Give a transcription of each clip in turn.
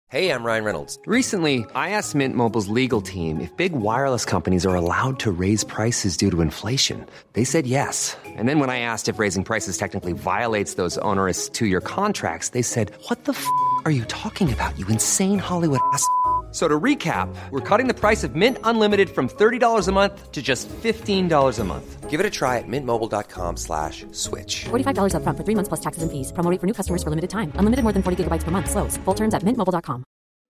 Hey, I'm Ryan Reynolds. Recently, I asked Mint Mobile's legal team if big wireless companies are allowed to raise prices due to inflation. They said yes. And then when I asked if raising prices technically violates those onerous two-year contracts, they said, "What the are you talking about, you insane Hollywood ass?" So to recap, we're cutting the price of Mint Unlimited from $30 a month to just $15 a month. Give it a try at mintmobile.com/switch. $45 up front for 3 months plus taxes and fees. Promo rate for new customers for limited time. Unlimited more than 40 gigabytes per month. Slows full terms at mintmobile.com.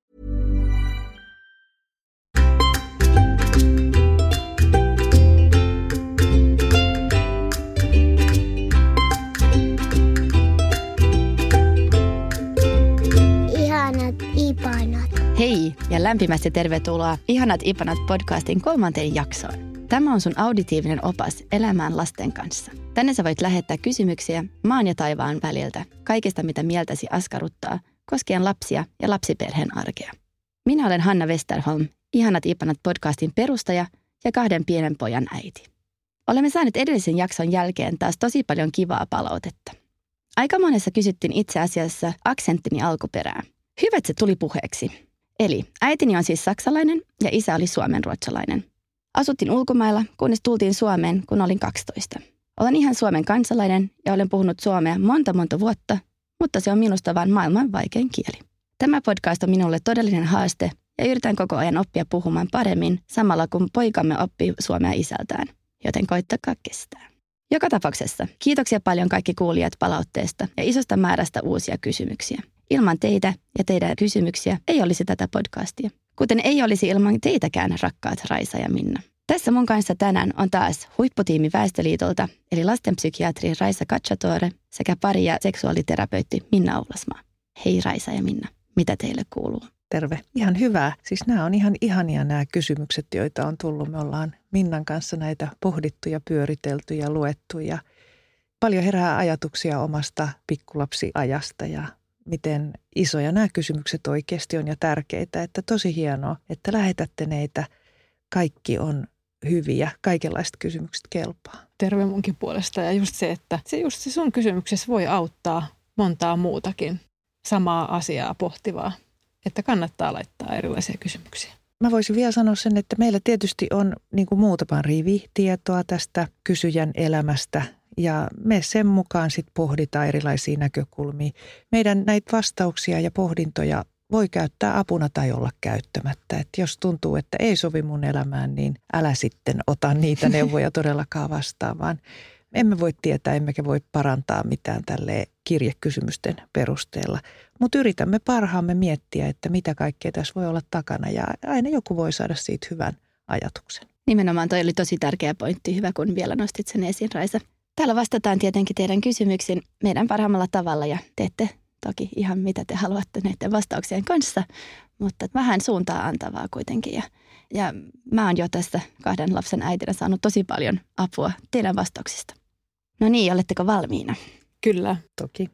Ihanat ipanat. Hei ja lämpimästi tervetuloa Ihanat ipanat podcastin 3. jaksoon. Tämä on sun auditiivinen opas elämään lasten kanssa. Tänne sä voit lähettää kysymyksiä maan ja taivaan väliltä, kaikesta mitä mieltäsi askarruttaa, koskien lapsia ja lapsiperheen arkea. Minä olen Hanna Westerholm, Ihanat ipanat podcastin perustaja ja 2 pienen pojan äiti. Olemme saaneet edellisen jakson jälkeen taas tosi paljon kivaa palautetta. Aika monessa kysyttiin itse asiassa aksenttini alkuperää. Hyvä, että se tuli puheeksi. Eli äitini on siis saksalainen ja isä oli suomenruotsalainen. Asuttiin ulkomailla, kunnes tultiin Suomeen, kun olin 12. Olen ihan Suomen kansalainen ja olen puhunut suomea monta vuotta, mutta se on minusta vain maailman vaikein kieli. Tämä podcast on minulle todellinen haaste ja yritän koko ajan oppia puhumaan paremmin samalla kun poikamme oppii suomea isältään, joten koittakaa kestää. Joka tapauksessa kiitoksia paljon kaikki kuulijat palautteesta ja isosta määrästä uusia kysymyksiä. Ilman teitä ja teidän kysymyksiä ei olisi tätä podcastia. Kuten ei olisi ilman teitäkään, rakkaat Raisa ja Minna. Tässä mun kanssa tänään on taas huipputiimi Väestöliitolta, eli lastenpsykiatri Raisa Cacciatore sekä pari- ja seksuaaliterapeutti Minna Oulasmaa. Hei Raisa ja Minna, mitä teille kuuluu? Terve. Ihan hyvää. Siis nämä on ihan ihania nämä kysymykset, joita on tullut. Me ollaan Minnan kanssa näitä pohdittu ja pyöritelty ja luettu ja paljon herää ajatuksia omasta pikkulapsiajasta ja miten isoja nämä kysymykset oikeasti on ja tärkeitä. Että tosi hienoa, että lähetätte neitä. Kaikki on hyviä. Kaikenlaiset kysymykset kelpaa. Terve munkin puolesta ja just se, että se sun kysymyksessä voi auttaa montaa muutakin samaa asiaa pohtivaa. Että kannattaa laittaa erilaisia kysymyksiä. Mä voisin vielä sanoa sen, että meillä tietysti on niin kuin muutaman rivi tietoa tästä kysyjän elämästä. Ja me sen mukaan sitten pohditaan erilaisia näkökulmia. Meidän näitä vastauksia ja pohdintoja voi käyttää apuna tai olla käyttämättä. Että jos tuntuu, että ei sovi mun elämään, niin älä sitten ota niitä neuvoja todellakaan vastaan, vaan emme voi tietää, emmekä voi parantaa mitään tälle kirjekysymysten perusteella. Mutta yritämme parhaamme miettiä, että mitä kaikkea tässä voi olla takana ja aina joku voi saada siitä hyvän ajatuksen. Nimenomaan toi oli tosi tärkeä pointti. Hyvä, kun vielä nostit sen esiin, Raisa. Täällä vastataan tietenkin teidän kysymyksiin meidän parhaimmalla tavalla ja teette toki ihan mitä te haluatte näiden vastauksien kanssa, mutta vähän suuntaa antavaa kuitenkin. Ja mä oon jo tässä 2 lapsen äitinä saanut tosi paljon apua teidän vastauksista. No niin, oletteko valmiina? Kyllä. Toki.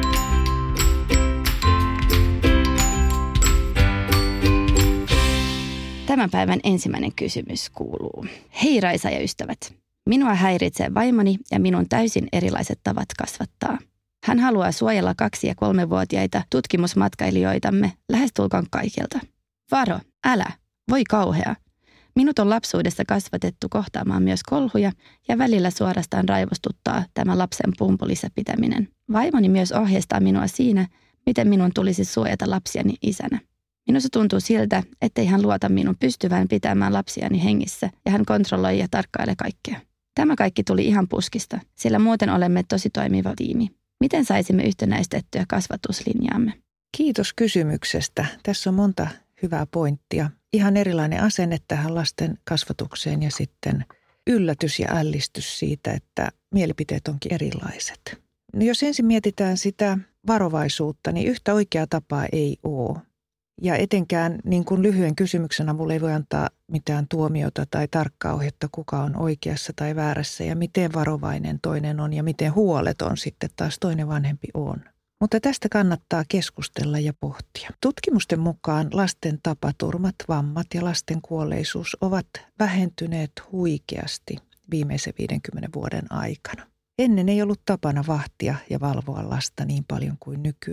Tämän päivän ensimmäinen kysymys kuuluu. Hei Raisa ja ystävät. Minua häiritsee vaimoni ja minun täysin erilaiset tavat kasvattaa. Hän haluaa suojella 2- ja 3-vuotiaita tutkimusmatkailijoitamme lähestulkoon kaikilta. Varo, älä, voi kauhea. Minut on lapsuudessa kasvatettu kohtaamaan myös kolhuja ja välillä suorastaan raivostuttaa tämä lapsen pumpulissä pitäminen. Vaimoni myös ohjeistaa minua siinä, miten minun tulisi suojata lapsiani isänä. Minusta tuntuu siltä, ettei hän luota minun pystyvän pitämään lapsiani hengissä ja hän kontrolloi ja tarkkailee kaikkea. Tämä kaikki tuli ihan puskista, sillä muuten olemme tosi toimiva tiimi. Miten saisimme yhtenäistettyä kasvatuslinjaamme? Kiitos kysymyksestä. Tässä on monta hyvää pointtia. Ihan erilainen asenne tähän lasten kasvatukseen ja sitten yllätys ja ällistys siitä, että mielipiteet onkin erilaiset. No jos ensin mietitään sitä varovaisuutta, niin yhtä oikeaa tapaa ei ole. Ja etenkään niin kuin lyhyen kysymyksen avulla ei voi antaa mitään tuomiota tai tarkkaa ohjetta, kuka on oikeassa tai väärässä ja miten varovainen toinen on ja miten huoleton sitten taas toinen vanhempi on. Mutta tästä kannattaa keskustella ja pohtia. Tutkimusten mukaan lasten tapaturmat, vammat ja lasten kuolleisuus ovat vähentyneet huikeasti viimeisen 50 vuoden aikana. Ennen ei ollut tapana vahtia ja valvoa lasta niin paljon kuin nykyään.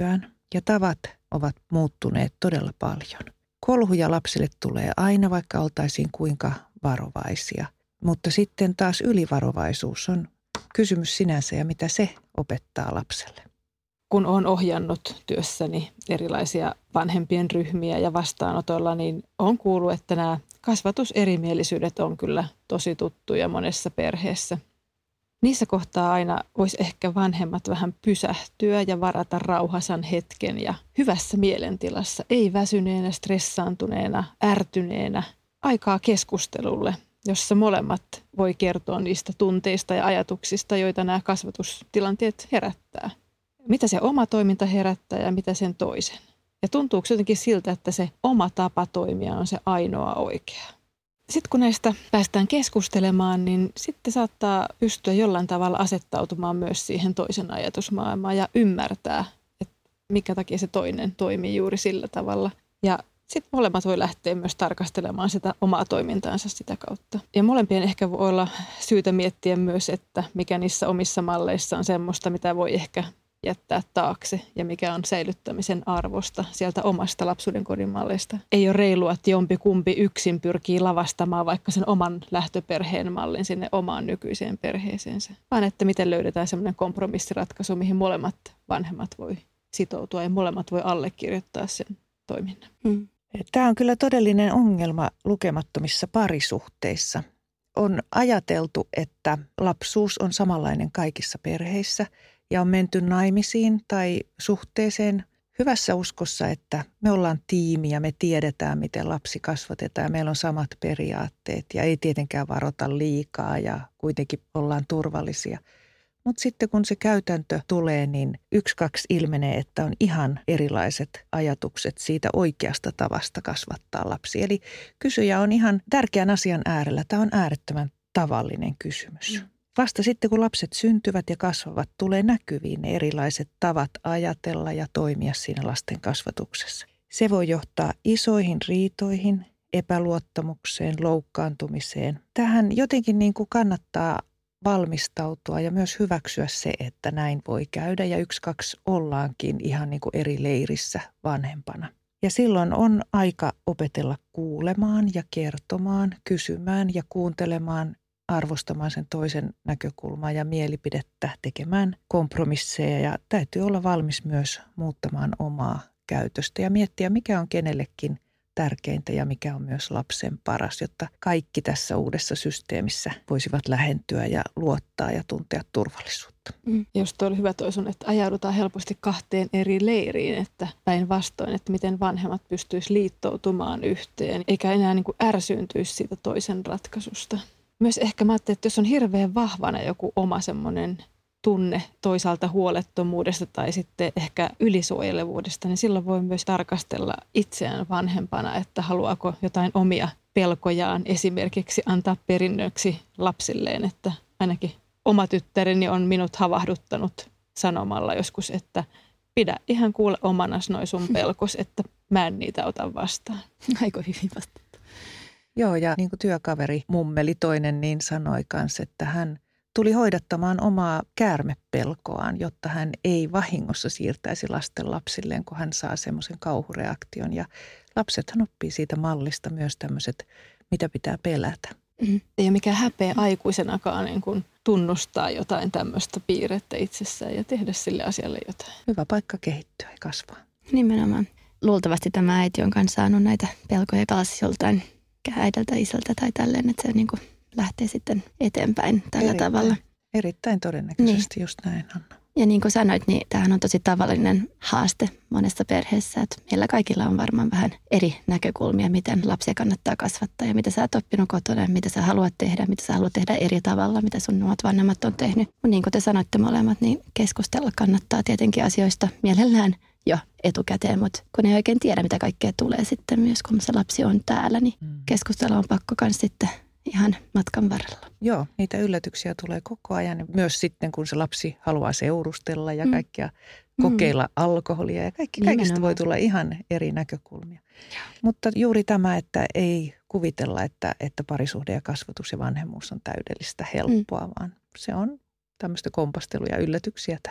ja tavat ovat muuttuneet todella paljon. Kolhuja lapsille tulee aina, vaikka oltaisiin kuinka varovaisia. Mutta sitten taas ylivarovaisuus on kysymys sinänsä ja mitä se opettaa lapselle. Kun olen ohjannut työssäni erilaisia vanhempien ryhmiä ja vastaanotolla, niin olen kuullut, että nämä kasvatuserimielisyydet on kyllä tosi tuttuja monessa perheessä. Niissä kohtaa aina voisi ehkä vanhemmat vähän pysähtyä ja varata rauhasan hetken ja hyvässä mielentilassa, ei väsyneenä, stressaantuneena, ärtyneenä, aikaa keskustelulle, jossa molemmat voi kertoa niistä tunteista ja ajatuksista, joita nämä kasvatustilanteet herättää. Mitä se oma toiminta herättää ja mitä sen toisen. Ja tuntuuko jotenkin siltä, että se oma tapa toimia on se ainoa oikea. Sitten kun näistä päästään keskustelemaan, niin sitten saattaa pystyä jollain tavalla asettautumaan myös siihen toisen ajatusmaailmaan ja ymmärtää, että mikä takia se toinen toimii juuri sillä tavalla. Ja sitten molemmat voi lähteä myös tarkastelemaan sitä omaa toimintaansa sitä kautta. Ja molempien ehkä voi olla syytä miettiä myös, että mikä niissä omissa malleissa on semmoista, mitä voi ehkä jättää taakse ja mikä on säilyttämisen arvosta sieltä omasta lapsuuden kodin mallista. Ei ole reilua, että jompikumpi yksin pyrkii lavastamaan vaikka sen oman lähtöperheen mallin sinne omaan nykyiseen perheeseensä, vaan että miten löydetään semmoinen kompromissiratkaisu, mihin molemmat vanhemmat voi sitoutua ja molemmat voi allekirjoittaa sen toiminnan. Tämä on kyllä todellinen ongelma lukemattomissa parisuhteissa. On ajateltu, että lapsuus on samanlainen kaikissa perheissä ja on menty naimisiin tai suhteeseen hyvässä uskossa, että me ollaan tiimi ja me tiedetään, miten lapsi kasvatetaan ja meillä on samat periaatteet ja ei tietenkään varota liikaa ja kuitenkin ollaan turvallisia. Mutta sitten kun se käytäntö tulee, niin 1-2 ilmenee, että on ihan erilaiset ajatukset siitä oikeasta tavasta kasvattaa lapsi. Eli kysyjä on ihan tärkeän asian äärellä. Tämä on äärettömän tavallinen kysymys. Vasta sitten, kun lapset syntyvät ja kasvavat, tulee näkyviin ne erilaiset tavat ajatella ja toimia siinä lasten kasvatuksessa. Se voi johtaa isoihin riitoihin, epäluottamukseen, loukkaantumiseen. Tähän jotenkin niin kuin kannattaa valmistautua ja myös hyväksyä se, että näin voi käydä ja 1-2 ollaankin ihan niin kuin eri leirissä vanhempana. Ja silloin on aika opetella kuulemaan ja kertomaan, kysymään ja kuuntelemaan, arvostamaan sen toisen näkökulmaa ja mielipidettä, tekemään kompromisseja ja täytyy olla valmis myös muuttamaan omaa käytöstä ja miettiä, mikä on kenellekin tärkeintä ja mikä on myös lapsen paras, jotta kaikki tässä uudessa systeemissä voisivat lähentyä ja luottaa ja tuntea turvallisuutta. Jos tuo oli hyvä toi sun, että ajaudutaan helposti 2 eri leiriin, että päinvastoin, että miten vanhemmat pystyisivät liittoutumaan yhteen, eikä enää niin kuin ärsyyntyisi siitä toisen ratkaisusta. Myös ehkä mä ajattelin, että jos on hirveän vahvana joku oma semmoinen tunne toisaalta huolettomuudesta tai sitten ehkä ylisuojelevuudesta, niin silloin voi myös tarkastella itseään vanhempana, että haluaako jotain omia pelkojaan esimerkiksi antaa perinnöksi lapsilleen, että ainakin oma tyttäreni on minut havahduttanut sanomalla joskus, että pidä ihan kuule omanas noi sun pelkos, että mä en niitä ota vastaan. Aika hyvin vastattu. Joo, ja niin kuin työkaveri mummeli toinen niin sanoi kanssa, että hän tuli hoidattamaan omaa käärmepelkoaan, jotta hän ei vahingossa siirtäisi lasten lapsilleen, kun hän saa semmoisen kauhureaktion. Ja lapsethan oppii siitä mallista myös tämmöiset, mitä pitää pelätä. Ei ole mikään häpeä aikuisenakaan niin kuin tunnustaa jotain tämmöistä piirrettä itsessään ja tehdä sille asialle jotain. Hyvä paikka kehittyä ja kasvaa. Nimenomaan. Luultavasti tämä äiti on kanssa saanut näitä pelkoja taas joltain äidältä, isältä tai tälleen, että se niin kuin lähtee sitten eteenpäin tällä tavalla. Erittäin todennäköisesti just näin, Anna. Ja niin kuin sanoit, niin tämähän on tosi tavallinen haaste monessa perheessä, että meillä kaikilla on varmaan vähän eri näkökulmia, miten lapsia kannattaa kasvattaa ja mitä sä oot oppinut kotona, mitä sä haluat tehdä, mitä sä haluat tehdä eri tavalla, mitä sun omat vanhemmat on tehnyt. Mutta niin kuin te sanoitte molemmat, niin keskustella kannattaa tietenkin asioista mielellään jo etukäteen, mutta kun ei oikein tiedä, mitä kaikkea tulee sitten myös, kun se lapsi on täällä, niin keskustella on pakko myös sitten ihan matkan varrella. Joo, niitä yllätyksiä tulee koko ajan. Myös sitten, kun se lapsi haluaa seurustella ja kaikkea kokeilla alkoholia ja kaikista voi tulla ihan eri näkökulmia. Mutta juuri tämä, että ei kuvitella, että parisuhde ja kasvatus ja vanhemmuus on täydellistä helppoa, vaan se on tämmöistä kompastelua ja yllätyksiä täynnä.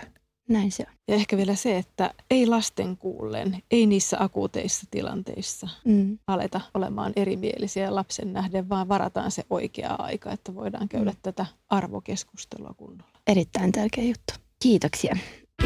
Näin se on. Ja ehkä vielä se, että ei lasten kuullen, ei niissä akuuteissa tilanteissa aleta olemaan erimielisiä lapsen nähden, vaan varataan se oikea aika, että voidaan käydä tätä arvokeskustelua kunnolla. Erittäin tärkeä juttu. Kiitoksia.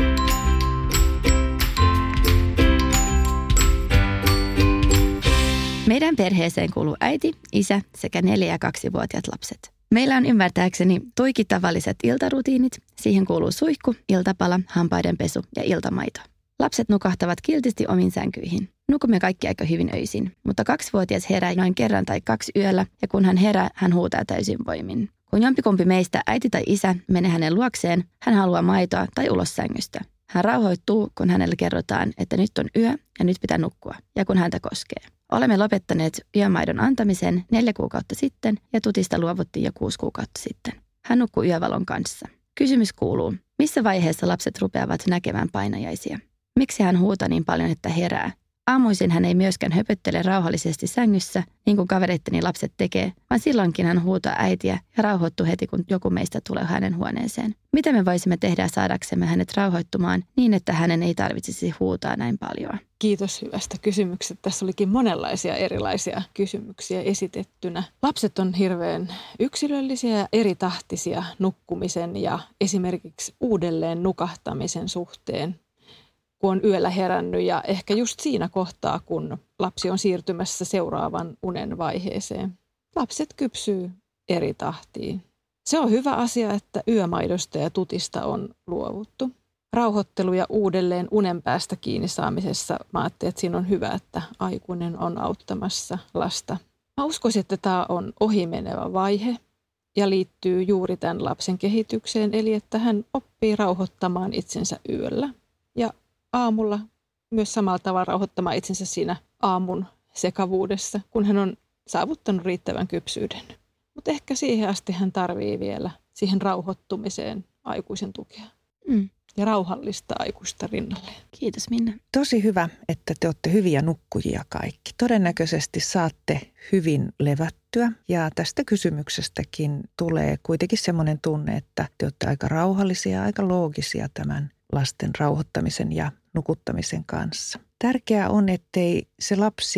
Meidän perheeseen kuuluu äiti, isä sekä 4- ja 2-vuotiaat lapset. Meillä on ymmärtääkseni tuiki tavalliset iltarutiinit. Siihen kuuluu suihku, iltapala, hampaidenpesu ja iltamaito. Lapset nukahtavat kiltisti omiin sänkyihin. Nukumme kaikki aika hyvin öisin, mutta 2-vuotias herää noin kerran tai 2 yöllä ja kun hän herää, hän huutaa täysin voimin. Kun jompikumpi meistä, äiti tai isä, menee hänen luokseen, hän haluaa maitoa tai ulos sängystä. Hän rauhoittuu, kun hänelle kerrotaan, että nyt on yö ja nyt pitää nukkua, ja kun häntä koskee. Olemme lopettaneet yömaidon antamisen 4 kuukautta sitten ja tutista luovuttiin jo 6 kuukautta sitten. Hän nukkuu yövalon kanssa. Kysymys kuuluu, missä vaiheessa lapset rupeavat näkemään painajaisia? Miksi hän huutaa niin paljon, että herää? Aamuisin hän ei myöskään höpöttele rauhallisesti sängyssä, niin kuin kavereitteni lapset tekee, vaan silloinkin hän huutaa äitiä ja rauhoittuu heti, kun joku meistä tulee hänen huoneeseen. Mitä me voisimme tehdä saadaksemme hänet rauhoittumaan niin, että hänen ei tarvitsisi huutaa näin paljon? Kiitos hyvästä kysymyksestä. Tässä olikin monenlaisia erilaisia kysymyksiä esitettynä. Lapset on hirveän yksilöllisiä ja eritahtisia nukkumisen ja esimerkiksi uudelleen nukahtamisen suhteen, kun on yöllä herännyt ja ehkä just siinä kohtaa, kun lapsi on siirtymässä seuraavan unen vaiheeseen. Lapset kypsyy eri tahtiin. Se on hyvä asia, että yömaidosta ja tutista on luovuttu. Rauhoittelu ja uudelleen unen päästä kiinni saamisessa mä ajattelin, että siinä on hyvä, että aikuinen on auttamassa lasta. Mä uskoisin, että tämä on ohimenevä vaihe ja liittyy juuri tämän lapsen kehitykseen, eli että hän oppii rauhoittamaan itsensä yöllä ja aamulla myös samalla tavalla rauhoittamaan itsensä siinä aamun sekavuudessa, kun hän on saavuttanut riittävän kypsyyden. Mutta ehkä siihen asti hän tarvitsee vielä siihen rauhoittumiseen aikuisen tukea. Ja rauhallista aikuista rinnalleen. Kiitos Minna. Tosi hyvä, että te olette hyviä nukkujia kaikki. Todennäköisesti saatte hyvin levättyä ja tästä kysymyksestäkin tulee kuitenkin semmoinen tunne, että te olette aika rauhallisia ja aika loogisia tämän lasten rauhoittamisen ja nukuttamisen kanssa. Tärkeää on, ettei se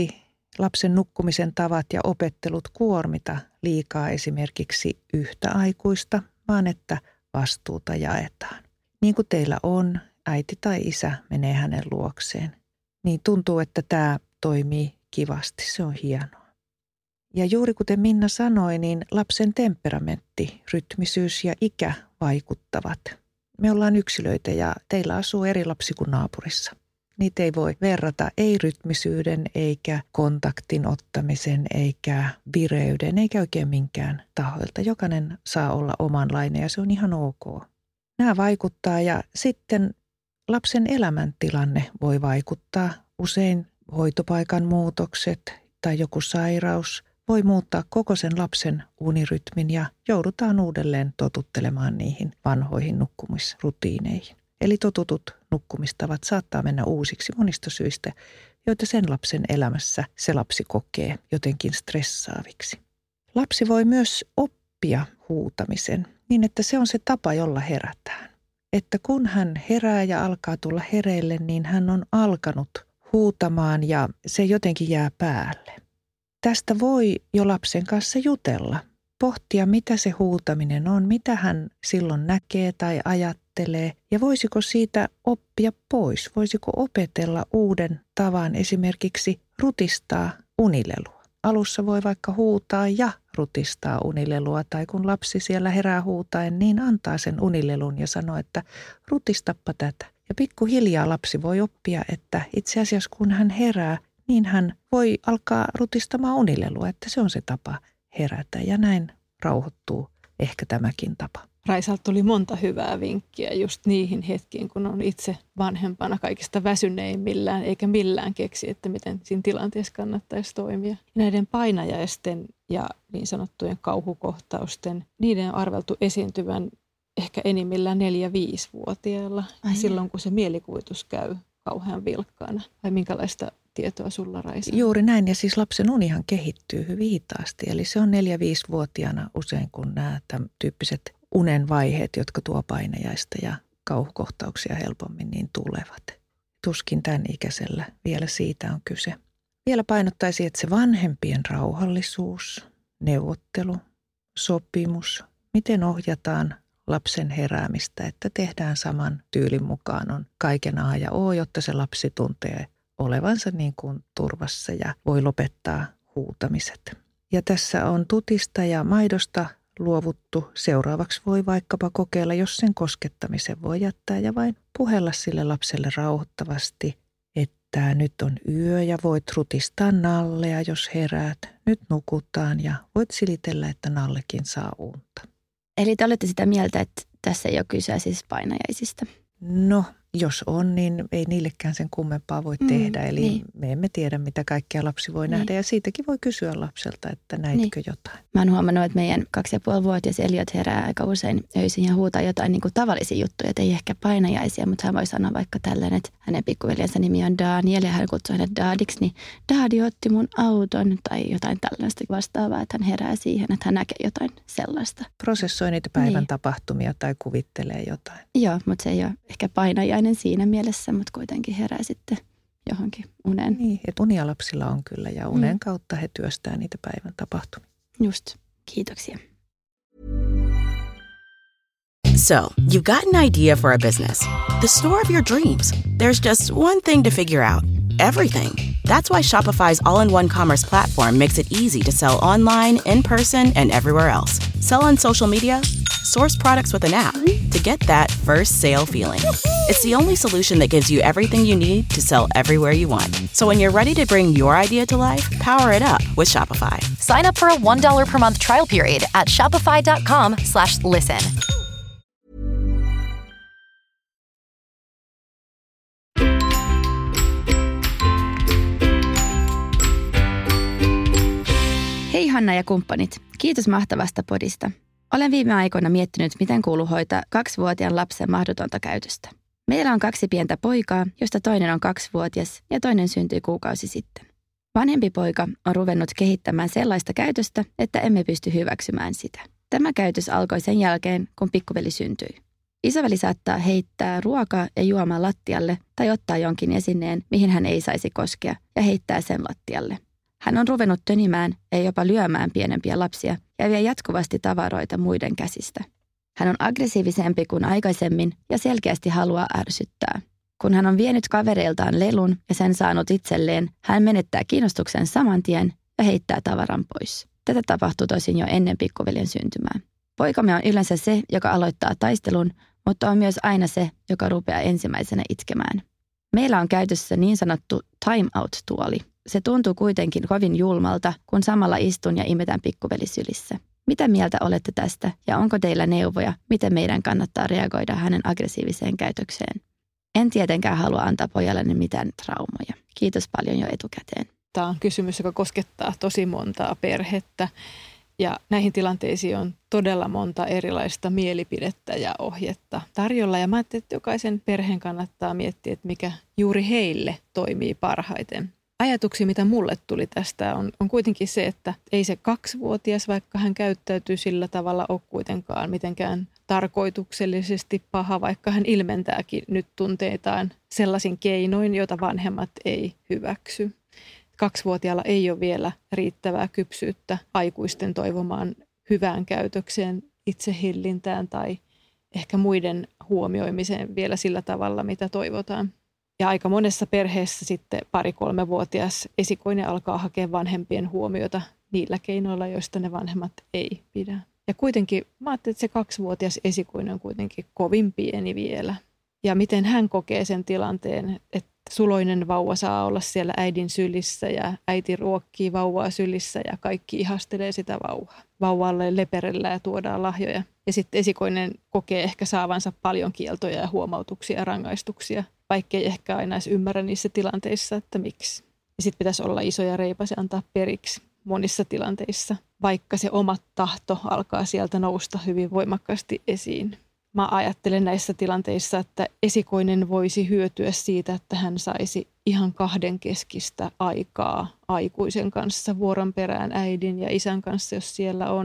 lapsen nukkumisen tavat ja opettelut kuormita liikaa esimerkiksi yhtä aikuista, vaan että vastuuta jaetaan. Niin kuin teillä on, äiti tai isä menee hänen luokseen, niin tuntuu, että tämä toimii kivasti. Se on hienoa. Ja juuri kuten Minna sanoi, niin lapsen temperamentti, rytmisyys ja ikä vaikuttavat. Me ollaan yksilöitä ja teillä asuu eri lapsi kuin naapurissa. Niitä ei voi verrata ei rytmisyyden, eikä kontaktin ottamisen, eikä vireyden, eikä oikein minkään tahoilta. Jokainen saa olla omanlainen ja se on ihan ok. Nämä vaikuttaa ja sitten lapsen elämäntilanne voi vaikuttaa. Usein hoitopaikan muutokset tai joku sairaus voi muuttaa koko sen lapsen unirytmin ja joudutaan uudelleen totuttelemaan niihin vanhoihin nukkumisrutiineihin. Eli totutut nukkumistavat saattaa mennä uusiksi monista syistä, joita sen lapsen elämässä se lapsi kokee jotenkin stressaaviksi. Lapsi voi myös oppia huutamisen niin, että se on se tapa, jolla herätään. Että kun hän herää ja alkaa tulla hereille, niin hän on alkanut huutamaan ja se jotenkin jää päälle. Tästä voi jo lapsen kanssa jutella, pohtia mitä se huutaminen on, mitä hän silloin näkee tai ajattelee ja voisiko siitä oppia pois, voisiko opetella uuden tavan esimerkiksi rutistaa unilelua. Alussa voi vaikka huutaa ja rutistaa unilelua tai kun lapsi siellä herää huutaen, niin antaa sen unilelun ja sanoo, että rutistappa tätä. Ja pikkuhiljaa lapsi voi oppia, että itse asiassa kun hän herää, niin hän voi alkaa rutistamaan unilelua, että se on se tapa herätä ja näin rauhoittuu ehkä tämäkin tapa. Raisalta tuli monta hyvää vinkkiä just niihin hetkiin, kun on itse vanhempana kaikista väsyneimmillään, eikä millään keksi, että miten siinä tilanteessa kannattaisi toimia. Näiden painajaisten ja niin sanottujen kauhukohtausten, niiden on arveltu esiintyvän ehkä enimmillään 4-5-vuotiailla, silloin kun se mielikuvitus käy kauhean vilkkaana. Vai minkälaista tietoa sulla, Raisa? Juuri näin, ja siis lapsen unihan kehittyy hyvin hitaasti. Eli se on 4-5-vuotiaana usein, kun nämä tämän tyyppiset unen vaiheet, jotka tuo painajaista ja kauhukohtauksia helpommin niin tulevat. Tuskin tämän ikäisellä vielä siitä on kyse. Vielä painottaisin, että se vanhempien rauhallisuus, neuvottelu, sopimus, miten ohjataan lapsen heräämistä, että tehdään saman tyylin mukaan on kaiken A ja O, jotta se lapsi tuntee olevansa niin kuin turvassa ja voi lopettaa huutamiset. Ja tässä on tutista ja maidosta luovuttu. Seuraavaksi voi vaikkapa kokeilla, jos sen koskettamisen voi jättää ja vain puhella sille lapselle rauhoittavasti, että nyt on yö ja voit rutistaa nallea, jos heräät. Nyt nukutaan ja voit silitellä, että nallekin saa unta. Eli te olette sitä mieltä, että tässä ei ole kyse siis painajaisista? No, jos on, niin ei niillekään sen kummempaa voi tehdä. Eli niin. Me emme tiedä, mitä kaikkea lapsi voi nähdä. Ja siitäkin voi kysyä lapselta, että näitkö jotain. Mä oon huomannut, että meidän 2,5-vuotias Eliot herää aika usein öisin ja huutaa jotain niin kuin tavallisia juttuja, että ei ehkä painajaisia, mutta hän voi sanoa vaikka tällainen, että hänen pikkuveljensä nimi on Daniel ja hän kutsuu hänet Daadiksi, niin Daadi otti mun auton tai jotain tällaista vastaavaa, että hän herää siihen, että hän näkee jotain sellaista. Prosessoi niitä päivän tapahtumia tai kuvittelee jotain. Joo, mutta se ei ole ehkä painajainen siinä mielessä, mutta kuitenkin herää sitten johonkin uneen. Niin, että unia lapsilla on kyllä ja unen kautta he työstää niitä päivän tapahtumia. Just, kiitoksia. So, you've got an idea for a business. The store of your dreams. There's just one thing to figure out. Everything. That's why Shopify's all-in-one commerce platform makes it easy to sell online, in person, and everywhere else. Sell on social media. Source products with an app to get that first sale feeling. It's the only solution that gives you everything you need to sell everywhere you want. So when you're ready to bring your idea to life, power it up with Shopify. Sign up for a $1 per month trial period at shopify.com/listen. Hei Hanna ja kumppanit, kiitos mahtavasta podista. Olen viime aikoina miettinyt, miten kuuluu hoitaa 2-vuotiaan lapsen mahdotonta käytöstä. Meillä on 2 pientä poikaa, josta toinen on 2-vuotias ja toinen syntyi kuukausi sitten. Vanhempi poika on ruvennut kehittämään sellaista käytöstä, että emme pysty hyväksymään sitä. Tämä käytös alkoi sen jälkeen, kun pikkuveli syntyi. Isoveli saattaa heittää ruokaa ja juomaa lattialle tai ottaa jonkin esineen, mihin hän ei saisi koskea, ja heittää sen lattialle. Hän on ruvennut tönimään ja jopa lyömään pienempiä lapsia ja vie jatkuvasti tavaroita muiden käsistä. Hän on aggressiivisempi kuin aikaisemmin ja selkeästi haluaa ärsyttää. Kun hän on vienyt kavereiltaan lelun ja sen saanut itselleen, hän menettää kiinnostuksen saman tien ja heittää tavaran pois. Tätä tapahtuu tosin jo ennen pikkuveljen syntymää. Poikamme on yleensä se, joka aloittaa taistelun, mutta on myös aina se, joka rupeaa ensimmäisenä itkemään. Meillä on käytössä niin sanottu time out-tuoli. Se tuntuu kuitenkin kovin julmalta, kun samalla istun ja imetän pikkuveli sylissä. Mitä mieltä olette tästä ja onko teillä neuvoja, miten meidän kannattaa reagoida hänen aggressiiviseen käytökseen? En tietenkään halua antaa pojalleni mitään traumoja. Kiitos paljon jo etukäteen. Tämä on kysymys, joka koskettaa tosi montaa perhettä ja näihin tilanteisiin on todella monta erilaista mielipidettä ja ohjetta tarjolla. Ja mä ajattelin, että jokaisen perheen kannattaa miettiä, että mikä juuri heille toimii parhaiten. Ajatuksia, mitä mulle tuli tästä, on kuitenkin se, että ei se 2-vuotias, vaikka hän käyttäytyy sillä tavalla, ole kuitenkaan mitenkään tarkoituksellisesti paha, vaikka hän ilmentääkin nyt tunteitaan sellaisin keinoin, joita vanhemmat ei hyväksy. 2-vuotiaalla ei ole vielä riittävää kypsyyttä aikuisten toivomaan hyvään käytökseen, itsehillintään tai ehkä muiden huomioimiseen vielä sillä tavalla, mitä toivotaan. Ja aika monessa perheessä sitten 2-3-vuotias esikoinen alkaa hakea vanhempien huomiota niillä keinoilla, joista ne vanhemmat ei pidä. Ja kuitenkin mä ajattelin, että se 2-vuotias esikoinen on kuitenkin kovin pieni vielä. Ja miten hän kokee sen tilanteen, että suloinen vauva saa olla siellä äidin sylissä ja äiti ruokkii vauvaa sylissä ja kaikki ihastelee sitä vauvaa. Vauvalle leperellä ja tuodaan lahjoja. Ja sitten esikoinen kokee ehkä saavansa paljon kieltoja ja huomautuksia ja rangaistuksia, vaikka ei ehkä aina edes ymmärrä niissä tilanteissa, että miksi. Ja sitten pitäisi olla iso ja reipas ja antaa periksi monissa tilanteissa, vaikka se oma tahto alkaa sieltä nousta hyvin voimakkaasti esiin. Mä ajattelen näissä tilanteissa, että esikoinen voisi hyötyä siitä, että hän saisi ihan kahdenkeskistä aikaa aikuisen kanssa vuoron perään äidin ja isän kanssa, jos siellä on.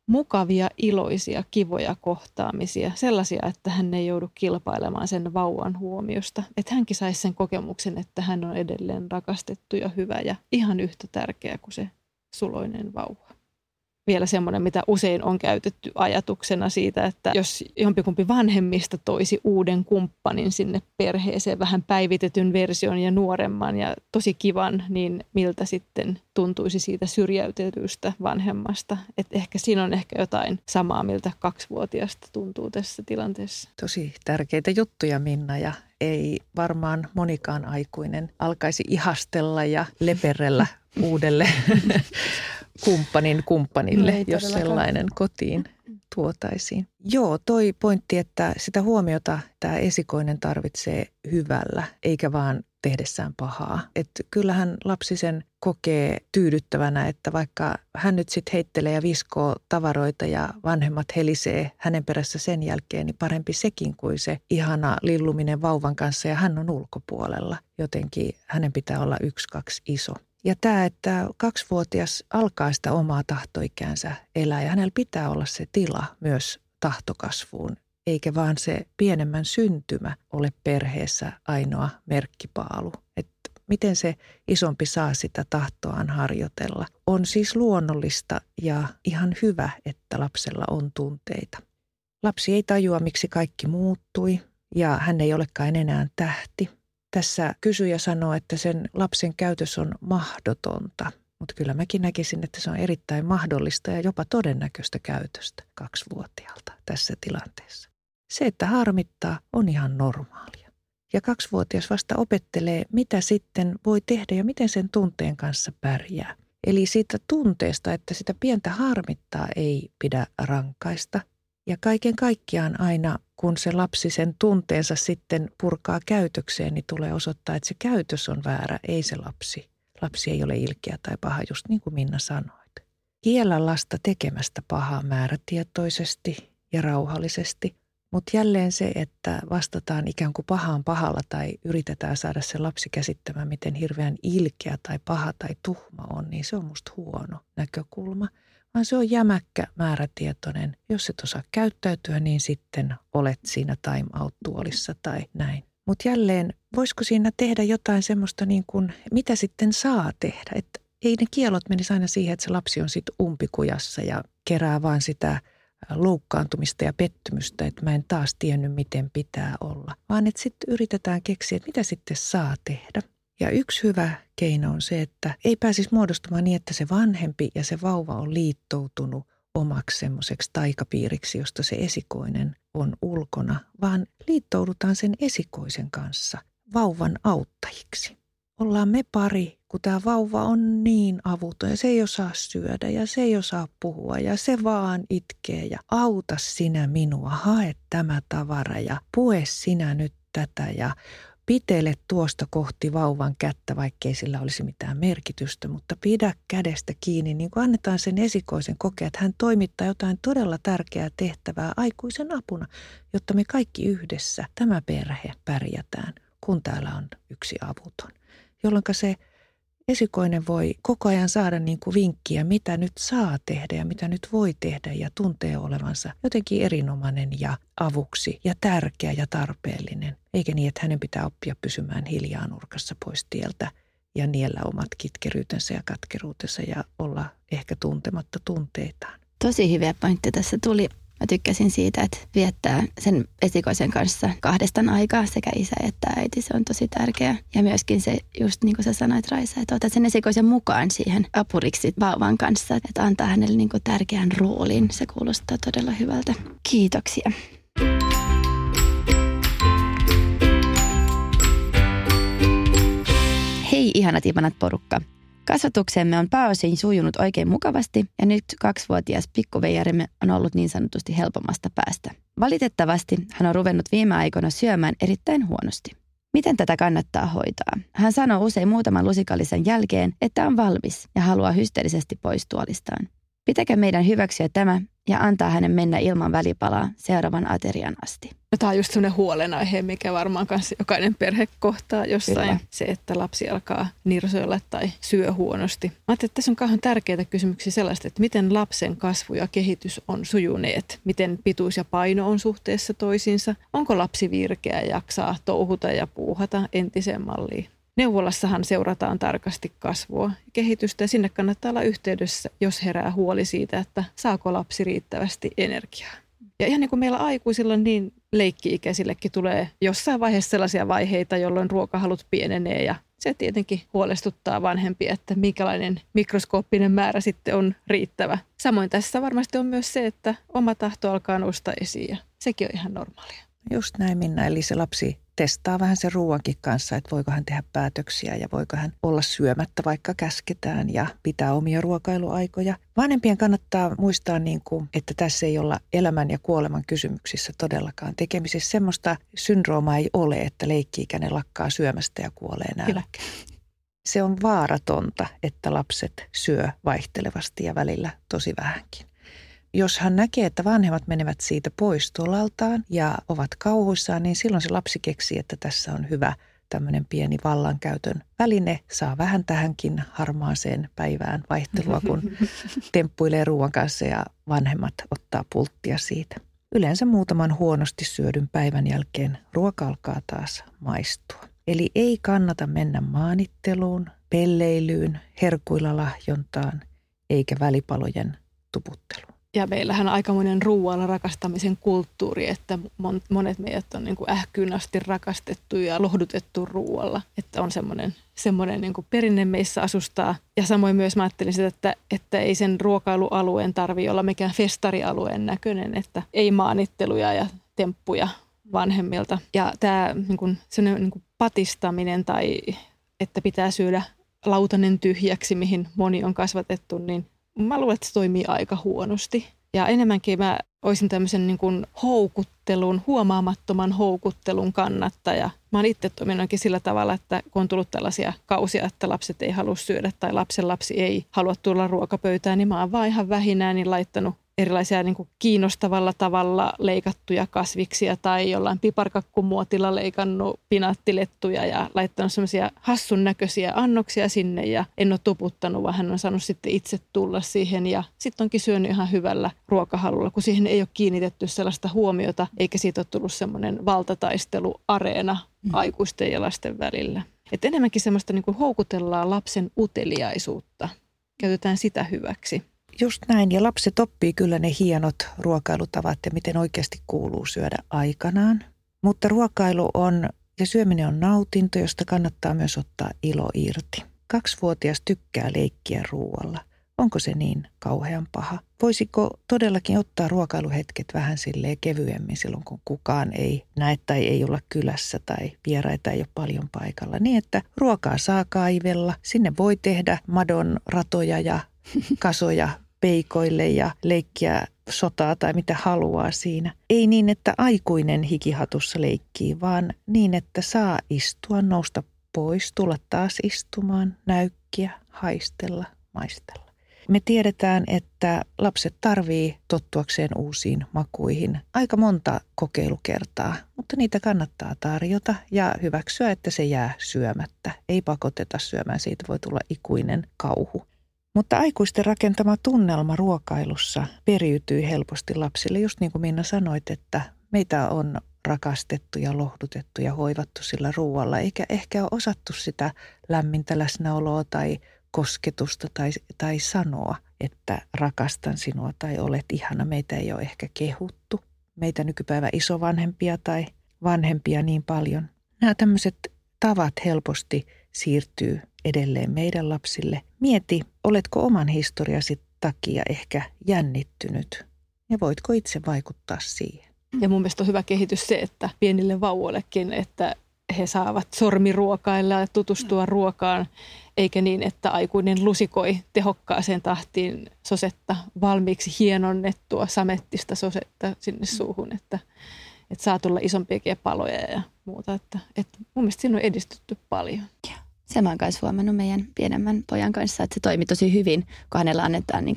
mukavia, iloisia, kivoja kohtaamisia. Sellaisia, että hän ei joudu kilpailemaan sen vauvan huomiosta. Että hänkin saisi sen kokemuksen, että hän on edelleen rakastettu ja hyvä ja ihan yhtä tärkeä kuin se suloinen vauva. Vielä semmoinen, mitä usein on käytetty ajatuksena siitä, että jos jompikumpi vanhemmista toisi uuden kumppanin sinne perheeseen, vähän päivitetyn version ja nuoremman ja tosi kivan, niin miltä sitten tuntuisi siitä syrjäytetystä vanhemmasta. Että ehkä siinä on ehkä jotain samaa, miltä 2-vuotiaasta tuntuu tässä tilanteessa. Tosi tärkeitä juttuja, Minna, ja ei varmaan monikaan aikuinen alkaisi ihastella ja leperellä uudelle kumppanille, jos sellainen kotiin tuotaisiin. Joo, toi pointti, että sitä huomiota tämä esikoinen tarvitsee hyvällä, eikä vaan tehdessään pahaa. Että kyllähän lapsi sen kokee tyydyttävänä, että vaikka hän nyt sitten heittelee ja viskoo tavaroita ja vanhemmat helisee hänen perässä sen jälkeen, niin parempi sekin kuin se ihana lilluminen vauvan kanssa ja hän on ulkopuolella. Jotenkin hänen pitää olla 1-2 iso. Ja tämä, että 2-vuotias alkaa sitä omaa tahtoikäänsä elää ja hänellä pitää olla se tila myös tahtokasvuun, eikä vaan se pienemmän syntymä ole perheessä ainoa merkkipaalu. Että miten se isompi saa sitä tahtoaan harjoitella. On siis luonnollista ja ihan hyvä, että lapsella on tunteita. Lapsi ei tajua, miksi kaikki muuttui ja hän ei olekaan enää tähti. Tässä kysyjä sanoo, että sen lapsen käytös on mahdotonta, mutta kyllä mäkin näkisin, että se on erittäin mahdollista ja jopa todennäköistä käytöstä 2-vuotiaalta tässä tilanteessa. Se, että harmittaa, on ihan normaalia. Ja 2-vuotias vasta opettelee, mitä sitten voi tehdä ja miten sen tunteen kanssa pärjää. Eli siitä tunteesta, että sitä pientä harmittaa, ei pidä rankaista. Ja kaiken kaikkiaan aina, kun se lapsi sen tunteensa sitten purkaa käytökseen, niin tulee osoittaa, että se käytös on väärä, ei se lapsi. Lapsi ei ole ilkeä tai paha, just niin kuin Minna sanoit. Kiellä lasta tekemästä pahaa määrätietoisesti ja rauhallisesti, mutta jälleen se, että vastataan ikään kuin pahaan pahalla tai yritetään saada se lapsi käsittämään, miten hirveän ilkeä tai paha tai tuhma on, niin se on musta huono näkökulma. Vaan se on jämäkkä, määrätietoinen. Jos et osaa käyttäytyä, niin sitten olet siinä time out-tuolissa tai näin. Mutta jälleen, voisiko siinä tehdä jotain semmoista niin kuin, mitä sitten saa tehdä? Että ei ne kielot menisi aina siihen, että se lapsi on sitten umpikujassa ja kerää vaan sitä loukkaantumista ja pettymystä, että mä en taas tiennyt, miten pitää olla. Vaan että sitten yritetään keksiä, että mitä sitten saa tehdä. Ja yksi hyvä keino on se, että ei pääsisi muodostumaan niin, että se vanhempi ja se vauva on liittoutunut omaksi semmoiseksi taikapiiriksi, josta se esikoinen on ulkona, vaan liittoudutaan sen esikoisen kanssa vauvan auttajiksi. Ollaan me pari, kun tämä vauva on niin avuton ja se ei osaa syödä ja se ei osaa puhua ja se vaan itkee ja auta sinä minua, hae tämä tavara ja pue sinä nyt tätä ja pitele tuosta kohti vauvan kättä, vaikkei sillä olisi mitään merkitystä, mutta pidä kädestä kiinni, niin kuin annetaan sen esikoisen kokea, että hän toimittaa jotain todella tärkeää tehtävää aikuisen apuna, jotta me kaikki yhdessä, tämä perhe, pärjätään, kun täällä on yksi avuton. Jolloin se esikoinen voi koko ajan saada niin kuin vinkkiä, mitä nyt saa tehdä ja mitä nyt voi tehdä ja tuntee olevansa jotenkin erinomainen ja avuksi ja tärkeä ja tarpeellinen. Eikä niin, että hänen pitää oppia pysymään hiljaa nurkassa pois tieltä ja niellä omat kitkeryytensä ja katkeruutensa ja olla ehkä tuntematta tunteitaan. Tosi hyviä pointteja tässä tuli. Mä tykkäsin siitä, että viettää sen esikoisen kanssa 2 aikaa sekä isä että äiti. Se on tosi tärkeää. Ja myöskin se, just niin kuin sä sanoit Raisa, että otat sen esikoisen mukaan siihen apuriksi vauvan kanssa. Että antaa hänelle niin kuin tärkeän roolin. Se kuulostaa todella hyvältä. Kiitoksia. Hei ihanat porukka. Kasvatuksemme on pääosin sujunut oikein mukavasti ja nyt 2-vuotias pikkuveijarimme on ollut niin sanotusti helpommasta päästä. Valitettavasti hän on ruvennut viime aikoina syömään erittäin huonosti. Miten tätä kannattaa hoitaa? Hän sanoo usein muutaman lusikallisen jälkeen, että on valmis ja haluaa hysteerisesti pois tuolistaan. Pitäkö meidän hyväksyä tämä ja antaa hänen mennä ilman välipalaa seuraavan aterian asti. No, tämä on just sellainen huolenaihe, mikä varmaan kanssa jokainen perhe kohtaa jossain. Kyllä. Se, että lapsi alkaa nirsoilla tai syö huonosti. Mä ajattelin, että tässä on kauhean tärkeitä kysymyksiä sellaista, että miten lapsen kasvu ja kehitys on sujuneet. Miten pituus ja paino on suhteessa toisiinsa. Onko lapsi virkeä ja jaksaa touhuta ja puuhata entiseen malliin. Neuvolassahan seurataan tarkasti kasvua ja kehitystä ja sinne kannattaa olla yhteydessä, jos herää huoli siitä, että saako lapsi riittävästi energiaa. Ja ihan niin kuin meillä aikuisilla, niin leikki-ikäisillekin tulee jossain vaiheessa sellaisia vaiheita, jolloin ruokahalut pienenee ja se tietenkin huolestuttaa vanhempia, että minkälainen mikroskooppinen määrä sitten on riittävä. Samoin tässä varmasti on myös se, että oma tahto alkaa nousta esiin ja sekin on ihan normaalia. Just näin, Minna. Eli se lapsi testaa vähän sen ruoankin kanssa, että voiko hän tehdä päätöksiä ja voiko hän olla syömättä, vaikka käsketään ja pitää omia ruokailuaikoja. Vanhempien kannattaa muistaa, että tässä ei olla elämän ja kuoleman kysymyksissä todellakaan tekemisessä. Semmoista syndroomaa ei ole, että leikki-ikäinen lakkaa syömästä ja kuolee nälkään. Se on vaaratonta, että lapset syö vaihtelevasti ja välillä tosi vähänkin. Jos hän näkee, että vanhemmat menevät siitä pois tolaltaan ja ovat kauhuissaan, niin silloin se lapsi keksii, että tässä on hyvä tämmöinen pieni vallankäytön väline. Saa vähän tähänkin harmaaseen päivään vaihtelua, kun temppuilee ruoan kanssa ja vanhemmat ottaa pulttia siitä. Yleensä muutaman huonosti syödyn päivän jälkeen ruoka alkaa taas maistua. Eli ei kannata mennä maanitteluun, pelleilyyn, herkuilla lahjontaan eikä välipalojen tuputteluun. Ja meillähän on aikamoinen ruoalla rakastamisen kulttuuri, että monet meidät on niin kuin ähkyyn asti rakastettu ja lohdutettu ruoalla. Että on semmoinen niin kuin perinne meissä asustaa. Ja samoin myös mä ajattelin sitä, että ei sen ruokailualueen tarvitse olla mikään festarialueen näköinen, että ei maanitteluja ja temppuja vanhemmilta. Ja tämä niin kuin patistaminen tai että pitää syödä lautanen tyhjäksi, mihin moni on kasvatettu, niin mä luulen, että se toimii aika huonosti. Ja enemmänkin mä olisin tämmöisen niin kuin houkuttelun, huomaamattoman houkuttelun kannattaja. Mä oon itse toiminutkin sillä tavalla, että kun on tullut tällaisia kausia, että lapset ei halua syödä tai lapsi ei halua tulla ruokapöytään, niin mä oon vaan ihan vähinään niin laittanut erilaisia niin kuin kiinnostavalla tavalla leikattuja kasviksia tai jollain piparkakkumuotilla leikannut pinaattilettuja ja laittanut semmoisia hassun näköisiä annoksia sinne ja en ole tuputtanut, vaan hän on saanut sitten itse tulla siihen ja sitten onkin syönyt ihan hyvällä ruokahalulla, kun siihen ei ole kiinnitetty sellaista huomiota eikä siitä ole tullut semmoinen valtataisteluareena aikuisten ja lasten välillä. Et enemmänkin semmoista niin kuin houkutellaan lapsen uteliaisuutta, käytetään sitä hyväksi. Just näin, ja lapset oppii kyllä ne hienot ruokailutavat ja miten oikeasti kuuluu syödä aikanaan. Mutta ruokailu on ja syöminen on nautinto, josta kannattaa myös ottaa ilo irti. 2-vuotias tykkää leikkiä ruoalla. Onko se niin kauhean paha? Voisiko todellakin ottaa ruokailuhetket vähän silleen kevyemmin silloin, kun kukaan ei näe tai ei olla kylässä tai vieraita ei ole paljon paikalla? Niin, että ruokaa saa kaivella, sinne voi tehdä madon ratoja ja kasoja peikoille ja leikkiä sotaa tai mitä haluaa siinä. Ei niin, että aikuinen hikihatussa leikkii, vaan niin, että saa istua, nousta pois, tulla taas istumaan, näykkiä, haistella, maistella. Me tiedetään, että lapset tarvii tottuakseen uusiin makuihin aika monta kokeilukertaa, mutta niitä kannattaa tarjota ja hyväksyä, että se jää syömättä. Ei pakoteta syömään, siitä voi tulla ikuinen kauhu. Mutta aikuisten rakentama tunnelma ruokailussa periytyy helposti lapsille, just niin kuin Minna sanoit, että meitä on rakastettu ja lohdutettu ja hoivattu sillä ruoalla, eikä ehkä ole osattu sitä lämmintä läsnäoloa tai kosketusta tai sanoa, että rakastan sinua tai olet ihana. Meitä ei ole ehkä kehuttu, meitä nykypäivä isovanhempia tai vanhempia niin paljon. Nämä tämmöiset tavat helposti siirtyy edelleen meidän lapsille. Mieti, oletko oman historiasi takia ehkä jännittynyt ja voitko itse vaikuttaa siihen? Ja mun mielestä on hyvä kehitys se, että pienille vauvoillekin, että he saavat sormiruokailla ja tutustua ruokaan, eikä niin, että aikuinen lusikoi tehokkaaseen tahtiin sosetta, valmiiksi hienonnettua samettista sosetta sinne suuhun, että saa tulla isompiakin paloja ja muuta. Että mun mielestä siinä on edistytty paljon. Se mä oon kanssa huomannut meidän pienemmän pojan kanssa, että se toimi tosi hyvin, kun hänellä annetaan niin kuin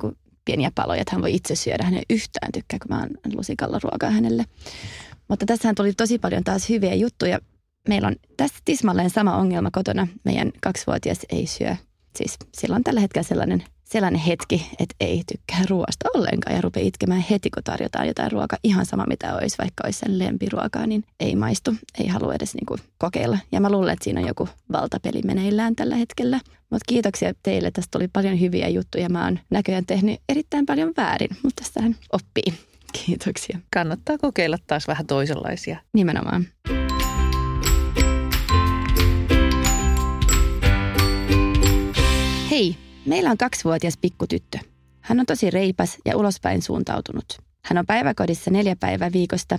pieniä paloja, että hän voi itse syödä. Hän ei yhtään tykkää, kun mä oon lusikalla ruokaa hänelle. Mutta tässähän tuli tosi paljon taas hyviä juttuja. Meillä on tässä tismalleen sama ongelma kotona. Meidän 2-vuotias ei syö. Siis sillä on tällä hetkellä sellainen hetki, että ei tykkää ruoasta ollenkaan ja rupeaa itkemään heti, kun tarjotaan jotain ruokaa. Ihan sama mitä olisi, vaikka olisi sen lempiruokaa, niin ei maistu, ei halua edes niinku kokeilla. Ja mä luulen, että siinä on joku valtapeli meneillään tällä hetkellä. Mutta kiitoksia teille, tästä tuli paljon hyviä juttuja. Mä oon näköjään tehnyt erittäin paljon väärin, mutta tästähän oppii. Kiitoksia. Kannattaa kokeilla taas vähän toisenlaisia. Nimenomaan. Hei, meillä on 2-vuotias pikkutyttö. Hän on tosi reipas ja ulospäin suuntautunut. Hän on päiväkodissa 4 päivää viikosta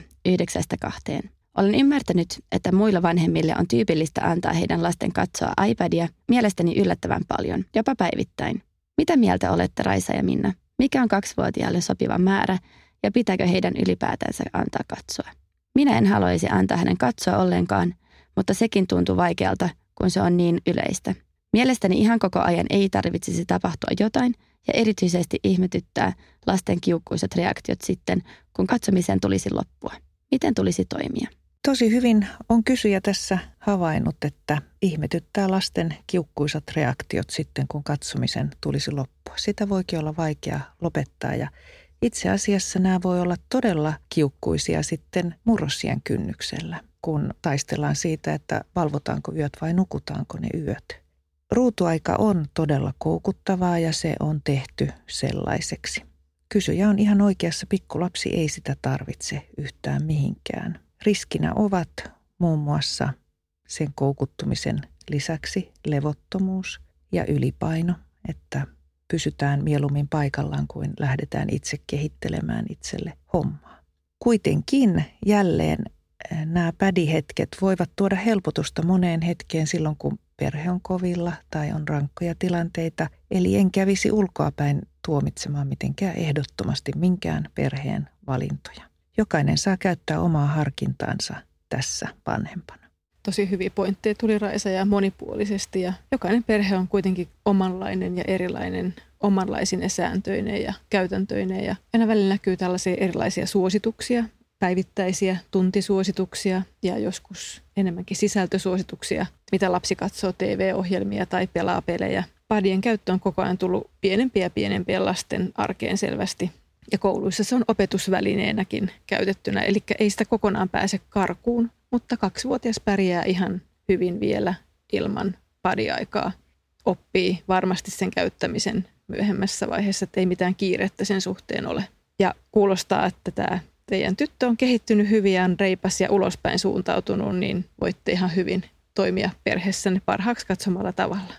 9–2. Olen ymmärtänyt, että muilla vanhemmille on tyypillistä antaa heidän lasten katsoa iPadia mielestäni yllättävän paljon, jopa päivittäin. Mitä mieltä olette, Raisa ja Minna? Mikä on 2-vuotiaalle sopiva määrä ja pitääkö heidän ylipäätänsä antaa katsoa? Minä en haluaisi antaa hänen katsoa ollenkaan, mutta sekin tuntuu vaikealta, kun se on niin yleistä. Mielestäni ihan koko ajan ei tarvitsisi tapahtua jotain ja erityisesti ihmetyttää lasten kiukkuiset reaktiot sitten, kun katsomisen tulisi loppua. Miten tulisi toimia? Tosi hyvin on kysyjä tässä havainnut, että ihmetyttää lasten kiukkuisat reaktiot sitten, kun katsomisen tulisi loppua. Sitä voikin olla vaikea lopettaa ja itse asiassa nämä voi olla todella kiukkuisia sitten murrosiän kynnyksellä, kun taistellaan siitä, että valvotaanko yöt vai nukutaanko ne yöt. Ruutuaika on todella koukuttavaa ja se on tehty sellaiseksi. Kysyjä on ihan oikeassa, pikkulapsi ei sitä tarvitse yhtään mihinkään. Riskinä ovat muun muassa sen koukuttumisen lisäksi levottomuus ja ylipaino, että pysytään mieluummin paikallaan kuin lähdetään itse kehittelemään itselle hommaa. Kuitenkin jälleen nämä pädihetket voivat tuoda helpotusta moneen hetkeen silloin, kun perhe on kovilla tai on rankkoja tilanteita. Eli en kävisi ulkoapäin tuomitsemaan mitenkään ehdottomasti minkään perheen valintoja. Jokainen saa käyttää omaa harkintaansa tässä vanhempana. Tosi hyviä pointteja tuli, Raisa, ja monipuolisesti. Ja jokainen perhe on kuitenkin omanlainen ja erilainen, omanlaisine sääntöineen ja käytäntöineen. Ja aina välillä näkyy tällaisia erilaisia suosituksia, päivittäisiä tuntisuosituksia ja joskus enemmänkin sisältösuosituksia, mitä lapsi katsoo TV-ohjelmia tai pelaa pelejä. Padien käyttö on koko ajan tullut pienempiä lasten arkeen selvästi. Ja kouluissa se on opetusvälineenäkin käytettynä, eli ei sitä kokonaan pääse karkuun, mutta 2-vuotias pärjää ihan hyvin vielä ilman padiaikaa. Oppii varmasti sen käyttämisen myöhemmässä vaiheessa, että ei mitään kiirettä sen suhteen ole. Ja kuulostaa, että tämä teidän tyttö on kehittynyt hyvin ja on reipas ja ulospäin suuntautunut, niin voitte ihan hyvin toimia perheessänne parhaaksi katsomalla tavalla.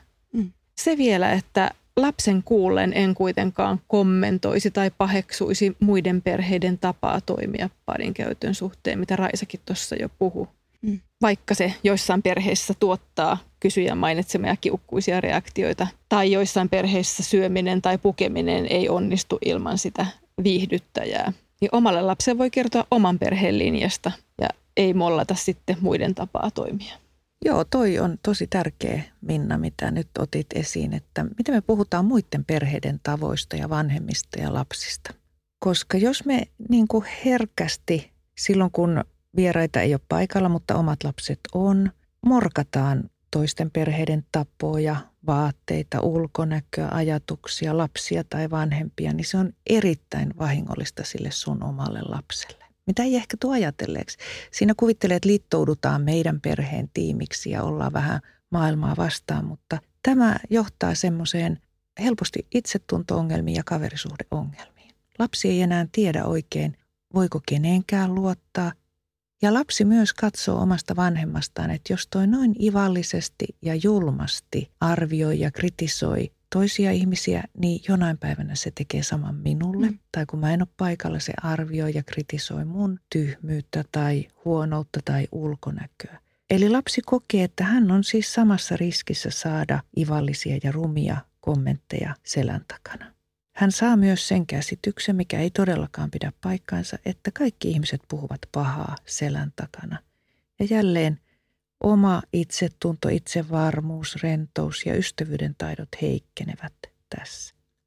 Se vielä, että lapsen kuullen en kuitenkaan kommentoisi tai paheksuisi muiden perheiden tapaa toimia padin käytön suhteen, mitä Raisakin tuossa jo puhui. Vaikka se joissain perheissä tuottaa kysyjän mainitsemia kiukkuisia reaktioita tai joissain perheissä syöminen tai pukeminen ei onnistu ilman sitä viihdyttäjää. Niin omalle lapselle voi kertoa oman perheen linjasta ja ei mollata sitten muiden tapaa toimia. Joo, toi on tosi tärkeä, Minna, mitä nyt otit esiin, että miten me puhutaan muiden perheiden tavoista ja vanhemmista ja lapsista. Koska jos me niin kuin herkästi silloin, kun vieraita ei ole paikalla, mutta omat lapset on, morkataan toisten perheiden tapoja, vaatteita, ulkonäköä, ajatuksia, lapsia tai vanhempia, niin se on erittäin vahingollista sille sun omalle lapselle. Mitä ei ehkä tule ajatelleeksi. Siinä kuvittelee, että liittoudutaan meidän perheen tiimiksi ja ollaan vähän maailmaa vastaan, mutta tämä johtaa semmoiseen helposti itsetunto-ongelmiin ja kaverisuhdeongelmiin. Lapsi ei enää tiedä oikein, voiko kenenkään luottaa. Ja lapsi myös katsoo omasta vanhemmastaan, että jos toi noin ivallisesti ja julmasti arvioi ja kritisoi toisia ihmisiä, niin jonain päivänä se tekee saman minulle. Tai kun mä en ole paikalla, se arvioi ja kritisoi mun tyhmyyttä tai huonoutta tai ulkonäköä. Eli lapsi kokee, että hän on siis samassa riskissä saada ivallisia ja rumia kommentteja selän takana. Hän saa myös sen käsityksen, mikä ei todellakaan pidä paikkaansa, että kaikki ihmiset puhuvat pahaa selän takana. Ja jälleen oma itsetunto, itsevarmuus, rentous ja ystävyyden taidot heikkenevät tässä.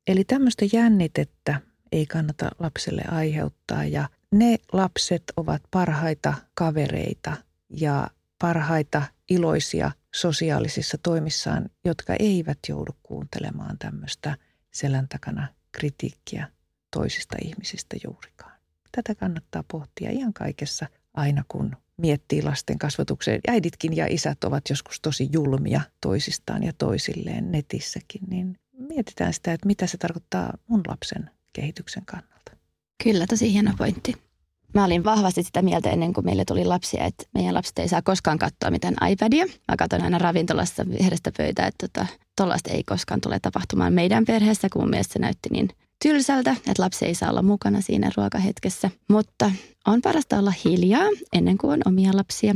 Eli tämmöistä jännitettä ei kannata lapselle aiheuttaa ja ne lapset ovat parhaita kavereita ja parhaita iloisia sosiaalisissa toimissaan, jotka eivät joudu kuuntelemaan tämmöistä selän takana kritiikkiä toisista ihmisistä juurikaan. Tätä kannattaa pohtia ihan kaikessa aina, kun miettii lasten kasvatukseen. Äiditkin ja isät ovat joskus tosi julmia toisistaan ja toisilleen netissäkin, niin mietitään sitä, että mitä se tarkoittaa mun lapsen kehityksen kannalta. Kyllä, tosi hieno pointti. Mä olin vahvasti sitä mieltä ennen kuin meille tuli lapsia, että meidän lapset ei saa koskaan katsoa mitään iPadia. Mä katson aina ravintolassa vierestä pöytää, että tollaista ei koskaan tule tapahtumaan meidän perheessä, kun mun mielestä se näytti niin tylsältä, että lapsi ei saa olla mukana siinä ruokahetkessä. Mutta on parasta olla hiljaa ennen kuin on omia lapsia.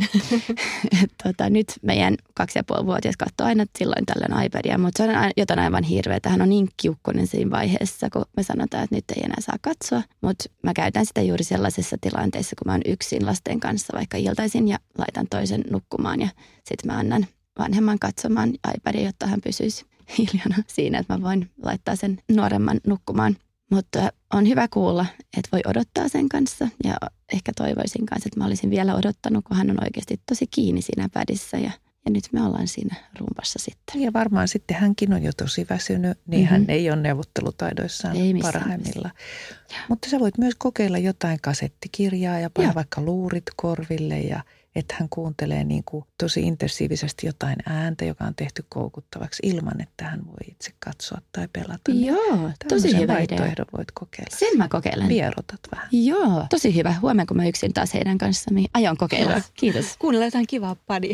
Nyt meidän 2,5-vuotias katsoo aina silloin tällöin iPadia, mutta se on jotain aivan hirveätä. Hän on niin kiukkuinen siinä vaiheessa, kun me sanotaan, että nyt ei enää saa katsoa. Mutta mä käytän sitä juuri sellaisessa tilanteessa, kun mä oon yksin lasten kanssa vaikka iltaisin ja laitan toisen nukkumaan ja sitten mä annan vanhemman katsomaan iPadia, jotta hän pysyisi hiljana siinä, että mä voin laittaa sen nuoremman nukkumaan. Mutta on hyvä kuulla, että voi odottaa sen kanssa ja ehkä toivoisin kanssa, että mä olisin vielä odottanut, kun hän on oikeasti tosi kiinni siinä pädissä ja nyt me ollaan siinä rumpassa sitten. Ja varmaan sitten hänkin on jo tosi väsynyt, niin hän ei ole neuvottelutaidoissaan parhaimmillaan. Mutta sä voit myös kokeilla jotain kasettikirjaa ja panna vaikka luurit korville ja että hän kuuntelee niin kuin tosi intensiivisesti jotain ääntä, joka on tehty koukuttavaksi ilman, että hän voi itse katsoa tai pelata. Joo, tosi hyvä vaihtoehdon voit kokeilla. Sen mä kokeilen. Vierotat vähän. Joo, tosi hyvä. Huomenna kun mä yksin taas heidän kanssaan, niin aion kokeilla. Kiitos. Kuunnella jotain kivaa padia.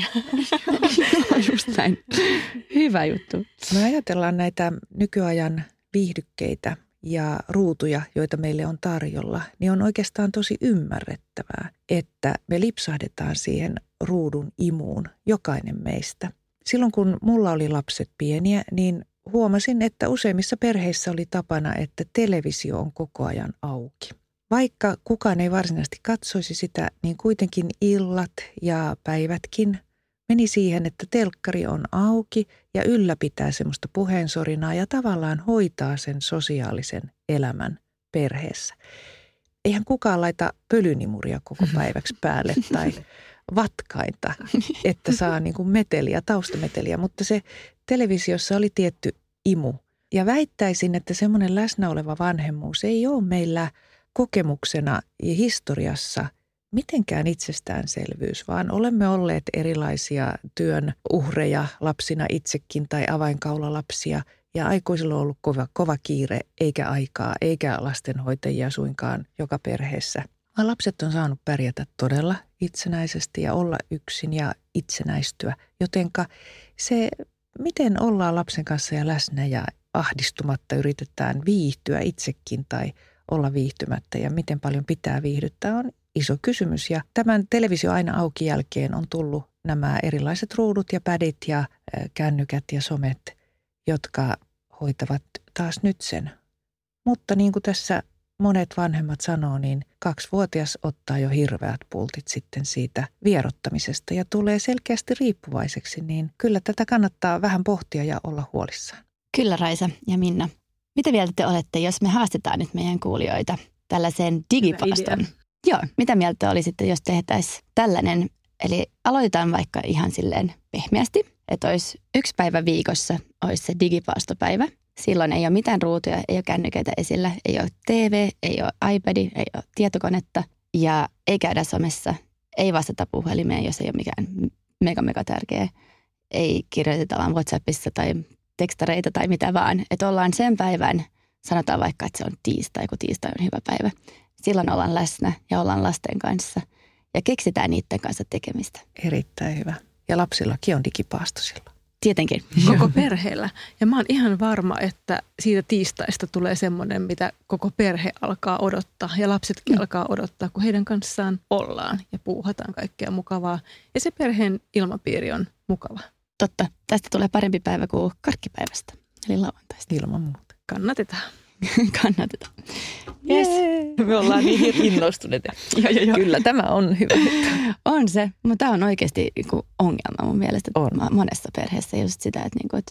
Just näin. Hyvä juttu. Me ajatellaan näitä nykyajan viihdykkeitä ja ruutuja, joita meille on tarjolla, niin on oikeastaan tosi ymmärrettävää, että me lipsahdetaan siihen ruudun imuun, jokainen meistä. Silloin kun mulla oli lapset pieniä, niin huomasin, että useimmissa perheissä oli tapana, että televisio on koko ajan auki. Vaikka kukaan ei varsinaisesti katsoisi sitä, niin kuitenkin illat ja päivätkin meni siihen, että telkkari on auki ja ylläpitää semmoista puheensorinaa ja tavallaan hoitaa sen sosiaalisen elämän perheessä. Eihän kukaan laita pölynimuria koko päiväksi päälle tai vatkainta, että saa niin kuin meteliä, taustameteliä, mutta se televisiossa oli tietty imu. Ja väittäisin, että semmoinen läsnä oleva vanhemmuus ei ole meillä kokemuksena ja historiassa mitenkään itsestäänselvyys, vaan olemme olleet erilaisia työn uhreja lapsina itsekin tai avainkaulalapsia ja aikuisilla on ollut kova kiire eikä aikaa eikä lastenhoitajia suinkaan joka perheessä. Vaan lapset on saanut pärjätä todella itsenäisesti ja olla yksin ja itsenäistyä, jotenka se miten ollaan lapsen kanssa ja läsnä ja ahdistumatta yritetään viihtyä itsekin tai olla viihtymättä ja miten paljon pitää viihdyttää on iso kysymys. Ja tämän televisio aina auki jälkeen on tullut nämä erilaiset ruudut ja pädit ja kännykät ja somet, jotka hoitavat taas nyt sen. Mutta niin kuin tässä monet vanhemmat sanoo, niin 2-vuotias ottaa jo hirveät pultit sitten siitä vierottamisesta ja tulee selkeästi riippuvaiseksi, niin kyllä tätä kannattaa vähän pohtia ja olla huolissaan. Kyllä Raisa ja Minna. Mitä mieltä te olette, jos me haastetaan nyt meidän kuulijoita tällaiseen digipaaston? Joo, mitä mieltä olisitte, jos tehtäisiin tällainen? Eli aloitetaan vaikka ihan silleen pehmeästi, että olisi 1 päivä viikossa, olisi se digipaastopäivä. Silloin ei ole mitään ruutuja, ei ole kännyköitä esillä, ei ole TV, ei ole iPad, ei ole tietokonetta ja ei käydä somessa, ei vastata puhelimeen, jos ei ole mikään mega tärkeä. Ei kirjoiteta vaan WhatsAppissa tai tekstareita tai mitä vaan. Että ollaan sen päivän, sanotaan vaikka, että se on tiistai, kun tiistai on hyvä päivä. Silloin ollaan läsnä ja ollaan lasten kanssa ja keksitään niiden kanssa tekemistä. Erittäin hyvä. Ja lapsillakin on digipaasto silloin. Tietenkin. Koko perheellä. Ja mä oon ihan varma, että siitä tiistaista tulee semmoinen, mitä koko perhe alkaa odottaa. Ja lapsetkin alkaa odottaa, kun heidän kanssaan ollaan ja puuhataan kaikkea mukavaa. Ja se perheen ilmapiiri on mukava. Totta. Tästä tulee parempi päivä kuin karkkipäivästä, eli lauantaista. Ilman muuta. Kannatetaan. Kannatetaan. Yes. Me ollaan niin innostuneita. Joo. Kyllä, tämä on hyvä. On se, mutta tämä on oikeasti ongelma mun mielestä monessa perheessä just sitä, että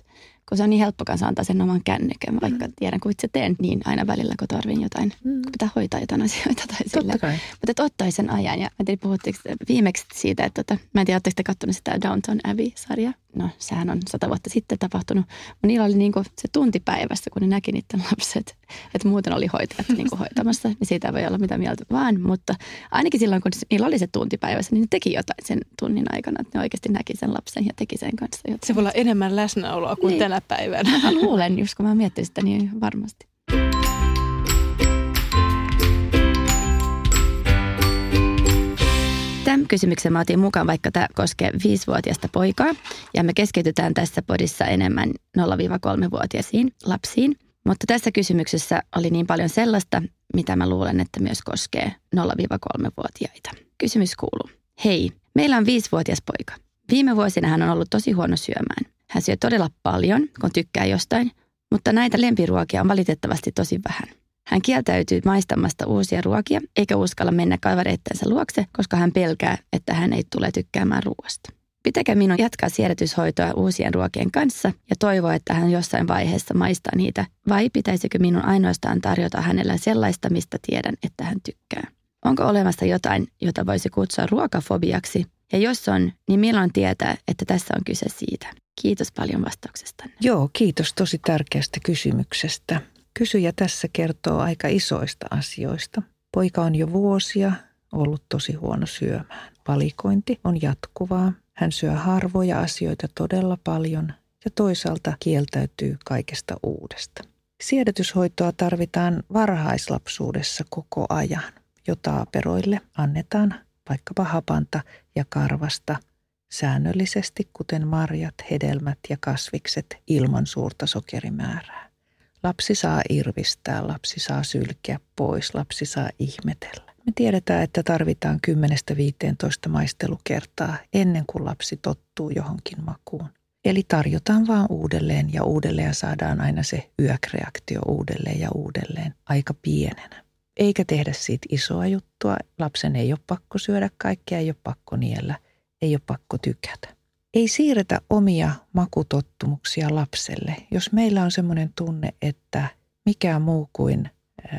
kun se on niin helppo kanssa antaa sen oman kännykän, vaikka tiedän, kun itse teen niin aina välillä, kun tarvin jotain, kun pitää hoitaa jotain asioita tai sillä. Mutta että ottaisi sen ajan. Ja mä tiedän, puhuttiinko viimeksi siitä, että mä en tiedä, oletteko te katsoneet sitä Downton Abbey-sarjaa? No, sehän on 100 vuotta sitten tapahtunut. Mutta niillä oli niinku se tuntipäivässä, kun ne näki niiden lapset, että muuten oli hoitajat niinku hoitamassa. Niin siitä voi olla mitä mieltä vaan, mutta ainakin silloin, kun niillä oli se tuntipäivässä, niin ne teki jotain sen tunnin aikana, että ne oikeasti näki sen lapsen ja teki sen kanssa jotain. Se voi olla enemmän läsnäoloa kuin tänä päivänä. Mä luulen, just kun mä miettisin sitä, niin varmasti. Tämän kysymyksen mä otin mukaan, vaikka tämä koskee 5-vuotiaista poikaa. Ja me keskitytään tässä podissa enemmän 0-3-vuotiaisiin lapsiin. Mutta tässä kysymyksessä oli niin paljon sellaista, mitä mä luulen, että myös koskee 0-3-vuotiaita. Kysymys kuuluu. Hei, meillä on 5-vuotias poika. Viime vuosina hän on ollut tosi huono syömään. Hän syö todella paljon, kun tykkää jostain, mutta näitä lempiruokia on valitettavasti tosi vähän. Hän kieltäytyy maistamasta uusia ruokia, eikä uskalla mennä kavereittensa luokse, koska hän pelkää, että hän ei tule tykkäämään ruoasta. Pitääkö minun jatkaa siedätyshoitoa uusien ruokien kanssa ja toivoa, että hän jossain vaiheessa maistaa niitä, vai pitäisikö minun ainoastaan tarjota hänellä sellaista, mistä tiedän, että hän tykkää? Onko olemassa jotain, jota voisi kutsua ruokafobiaksi? Ja jos on, niin milloin tietää, että tässä on kyse siitä? Kiitos paljon vastauksestanne. Joo, kiitos tosi tärkeästä kysymyksestä. Kysyjä tässä kertoo aika isoista asioista. Poika on jo vuosia ollut tosi huono syömään. Valikointi on jatkuvaa. Hän syö harvoja asioita todella paljon ja toisaalta kieltäytyy kaikesta uudesta. Siedätyshoitoa tarvitaan varhaislapsuudessa koko ajan, jota aperoille annetaan vaikkapa hapanta ja karvasta säännöllisesti, kuten marjat, hedelmät ja kasvikset ilman suurta sokerimäärää. Lapsi saa irvistää, lapsi saa sylkeä pois, lapsi saa ihmetellä. Me tiedetään, että tarvitaan 10-15 maistelukertaa ennen kuin lapsi tottuu johonkin makuun. Eli tarjotaan vaan uudelleen ja saadaan aina se yökreaktio uudelleen ja uudelleen aika pienenä. Eikä tehdä siitä isoa juttua. Lapsen ei ole pakko syödä kaikkea, ei ole pakko niellä, ei ole pakko tykätä. Ei siirretä omia makutottumuksia lapselle. Jos meillä on semmoinen tunne, että mikään muu kuin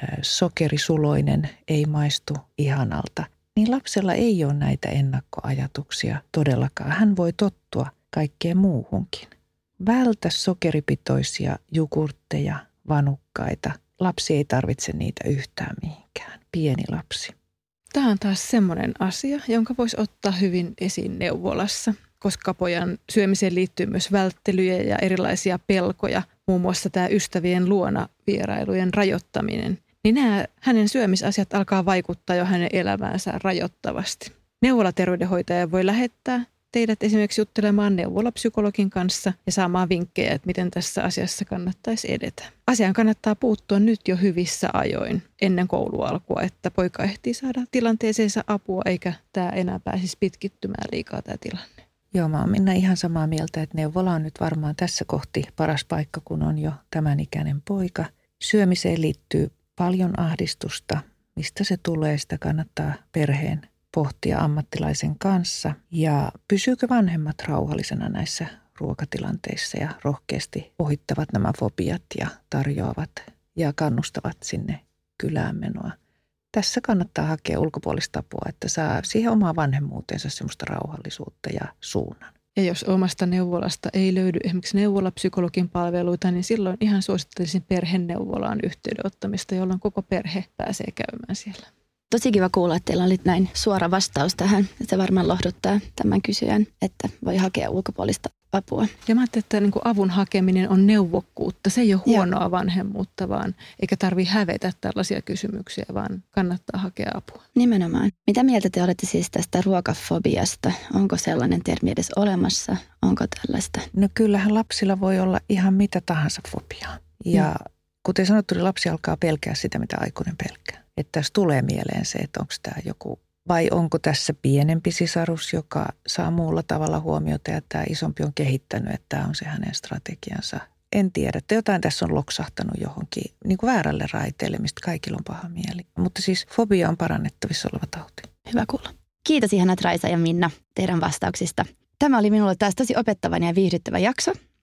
sokerisuloinen ei maistu ihanalta, niin lapsella ei ole näitä ennakkoajatuksia todellakaan. Hän voi tottua kaikkeen muuhunkin. Vältä sokeripitoisia jogurtteja, vanukkaita. Lapsi ei tarvitse niitä yhtään mihinkään. Pieni lapsi. Tämä on taas semmoinen asia, jonka voisi ottaa hyvin esiin neuvolassa, koska pojan syömiseen liittyy myös välttelyjä ja erilaisia pelkoja, muun muassa tämä ystävien luona vierailujen rajoittaminen. Niin nämä hänen syömisasiat alkaa vaikuttaa jo hänen elämäänsä rajoittavasti. Neuvolaterveydenhoitaja voi lähettää teidät esimerkiksi juttelemaan neuvolapsykologin kanssa ja saamaan vinkkejä, että miten tässä asiassa kannattaisi edetä. Asiaan kannattaa puuttua nyt jo hyvissä ajoin ennen koulualkua, että poika ehtii saada tilanteeseensa apua eikä tämä enää pääsisi pitkittymään liikaa tämä tilanne. Joo, mä oon Minna ihan samaa mieltä, että neuvola on nyt varmaan tässä kohti paras paikka, kun on jo tämän ikäinen poika. Syömiseen liittyy paljon ahdistusta. Mistä se tulee, sitä kannattaa perheen pohtia ammattilaisen kanssa. Ja pysyykö vanhemmat rauhallisena näissä ruokatilanteissa ja rohkeasti ohittavat nämä fobiat ja tarjoavat ja kannustavat sinne kylään menoa. Tässä kannattaa hakea ulkopuolista apua, että saa siihen omaa vanhemmuutensa semmoista rauhallisuutta ja suunnan. Ja jos omasta neuvolasta ei löydy esimerkiksi neuvolapsykologin palveluita, niin silloin ihan suosittelisin perheneuvolaan yhteydenottamista, jolloin koko perhe pääsee käymään siellä. Tosi kiva kuulla, että teillä oli näin suora vastaus tähän. Se varmaan lohduttaa tämän kysyjän, että voi hakea ulkopuolista apua. Ja mä ajattelin, että niin kuin avun hakeminen on neuvokkuutta. Se ei ole huonoa vanhemmuutta, vaan eikä tarvitse hävetä tällaisia kysymyksiä, vaan kannattaa hakea apua. Nimenomaan. Mitä mieltä te olette siis tästä ruokafobiasta? Onko sellainen termi edes olemassa? Onko tällaista? No kyllähän lapsilla voi olla ihan mitä tahansa fobiaa. Ja kuten sanottu, niin lapsi alkaa pelkää sitä, mitä aikuinen pelkää. Että tässä tulee mieleen se, että onko tämä joku, vai onko tässä pienempi sisarus, joka saa muulla tavalla huomiota ja tämä isompi on kehittänyt, että tämä on se hänen strategiansa. En tiedä, että jotain tässä on loksahtanut johonkin niin kuin väärälle raiteelle, mistä kaikilla on paha mieli. Mutta siis fobia on parannettavissa oleva tauti. Hyvä kuulla. Kiitos ihanat Raisa ja Minna teidän vastauksista. Tämä oli minulle taas tosi opettavainen ja viihdyttävä jakso.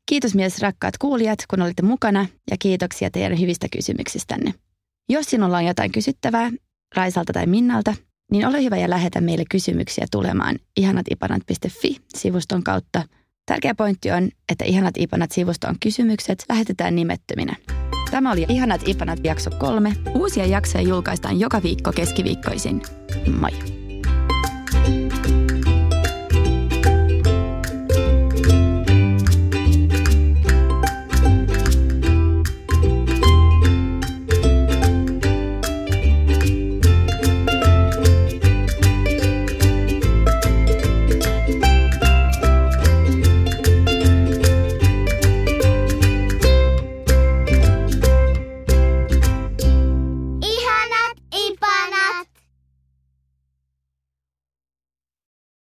Kiitos myös rakkaat kuulijat, kun olitte mukana ja kiitoksia teidän hyvistä kysymyksistänne. Jos sinulla on jotain kysyttävää Raisalta tai Minnalta, niin ole hyvä ja lähetä meille kysymyksiä tulemaan ihanatipanat.fi-sivuston kautta. Tärkeä pointti on, että Ihanat Ipanat-sivuston kysymykset lähetetään nimettöminä. Tämä oli Ihanat Ipanat jakso 3. Uusia jaksoja julkaistaan joka viikko keskiviikkoisin. Moi!